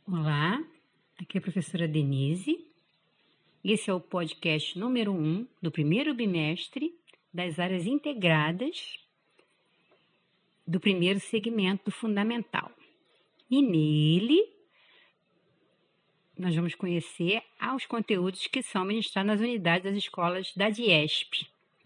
Olá, aqui é a professora Denise. Esse é o podcast número 1 do primeiro bimestre das áreas integradas do primeiro segmento do fundamental. E nele, nós vamos conhecer os conteúdos que são ministrados nas unidades das escolas da DIESP.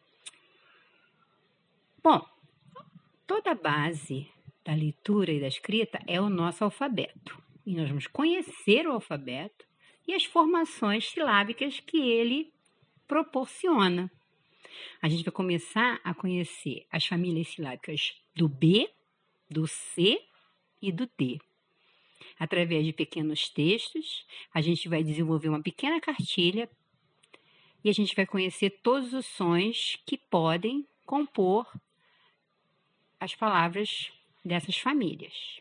Bom, toda a base da leitura e da escrita é o nosso alfabeto. E nós vamos conhecer o alfabeto e as formações silábicas que ele proporciona. A gente vai começar a conhecer as famílias silábicas do B, do C e do D. Através de pequenos textos, a gente vai desenvolver uma pequena cartilha e a gente vai conhecer todos os sons que podem compor as palavras dessas famílias.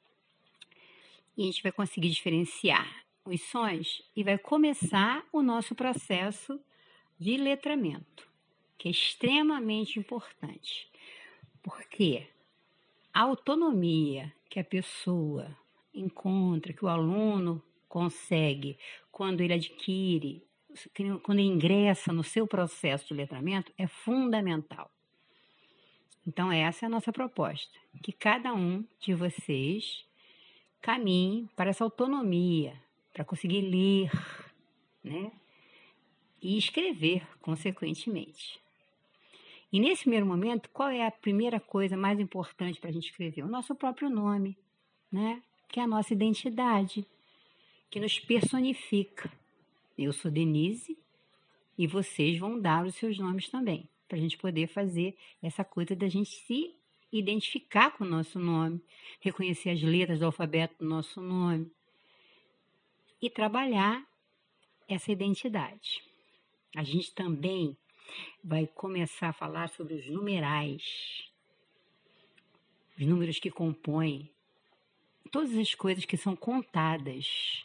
E a gente vai conseguir diferenciar os sons e vai começar o nosso processo de letramento, que é extremamente importante, porque a autonomia que a pessoa encontra, que o aluno consegue quando ele adquire, quando ele ingressa no seu processo de letramento, é fundamental. Então, essa é a nossa proposta, que cada um de vocês caminhe para essa autonomia, para conseguir ler, né? E escrever, consequentemente. E nesse primeiro momento, qual é a primeira coisa mais importante para a gente escrever? O nosso próprio nome, né? Que é a nossa identidade, que nos personifica. Eu sou Denise e vocês vão dar os seus nomes também, para a gente poder fazer essa coisa da gente se identificar com o nosso nome, reconhecer as letras do alfabeto do nosso nome e trabalhar essa identidade. A gente também vai começar a falar sobre os numerais, os números que compõem todas as coisas que são contadas.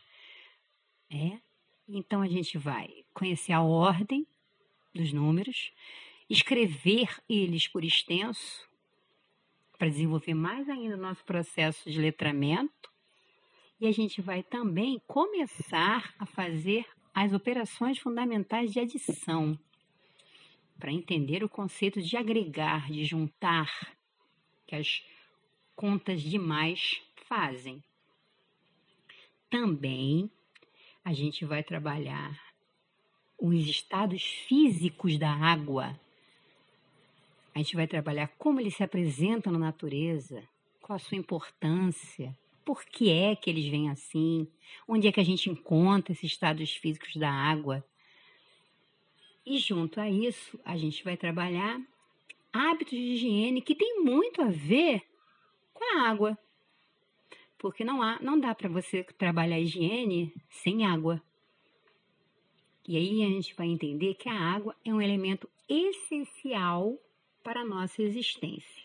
Então, a gente vai conhecer a ordem dos números, escrever eles por extenso, para desenvolver mais ainda o nosso processo de letramento. E a gente vai também começar a fazer as operações fundamentais de adição, para entender o conceito de agregar, de juntar, que as contas demais fazem. Também a gente vai trabalhar os estados físicos da água. A gente vai trabalhar como eles se apresentam na natureza, qual a sua importância, por que é que eles vêm assim, onde é que a gente encontra esses estados físicos da água. E junto a isso, a gente vai trabalhar hábitos de higiene que tem muito a ver com a água. Porque não dá para você trabalhar higiene sem água. E aí a gente vai entender que a água é um elemento essencial para a nossa existência.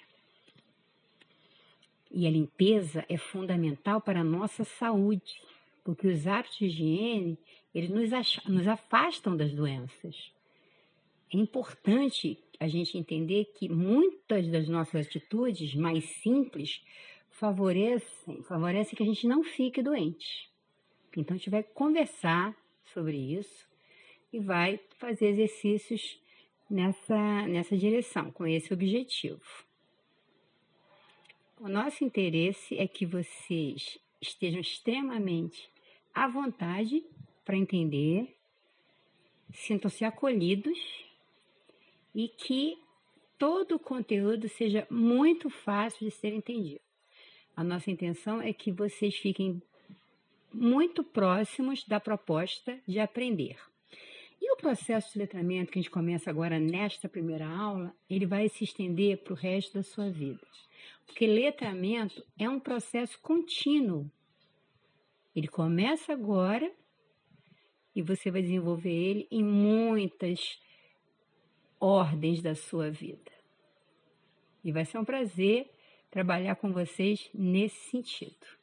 E a limpeza é fundamental para a nossa saúde, porque os hábitos de higiene, eles nos afastam das doenças. É importante a gente entender que muitas das nossas atitudes mais simples favorecem que a gente não fique doente. Então, a gente vai conversar sobre isso e vai fazer exercícios nessa direção, com esse objetivo. O nosso interesse é que vocês estejam extremamente à vontade para entender, sintam-se acolhidos e que todo o conteúdo seja muito fácil de ser entendido. A nossa intenção é que vocês fiquem muito próximos da proposta de aprender. E o processo de letramento que a gente começa agora nesta primeira aula, ele vai se estender para o resto da sua vida. Porque letramento é um processo contínuo. Ele começa agora e você vai desenvolver ele em muitas ordens da sua vida. E vai ser um prazer trabalhar com vocês nesse sentido.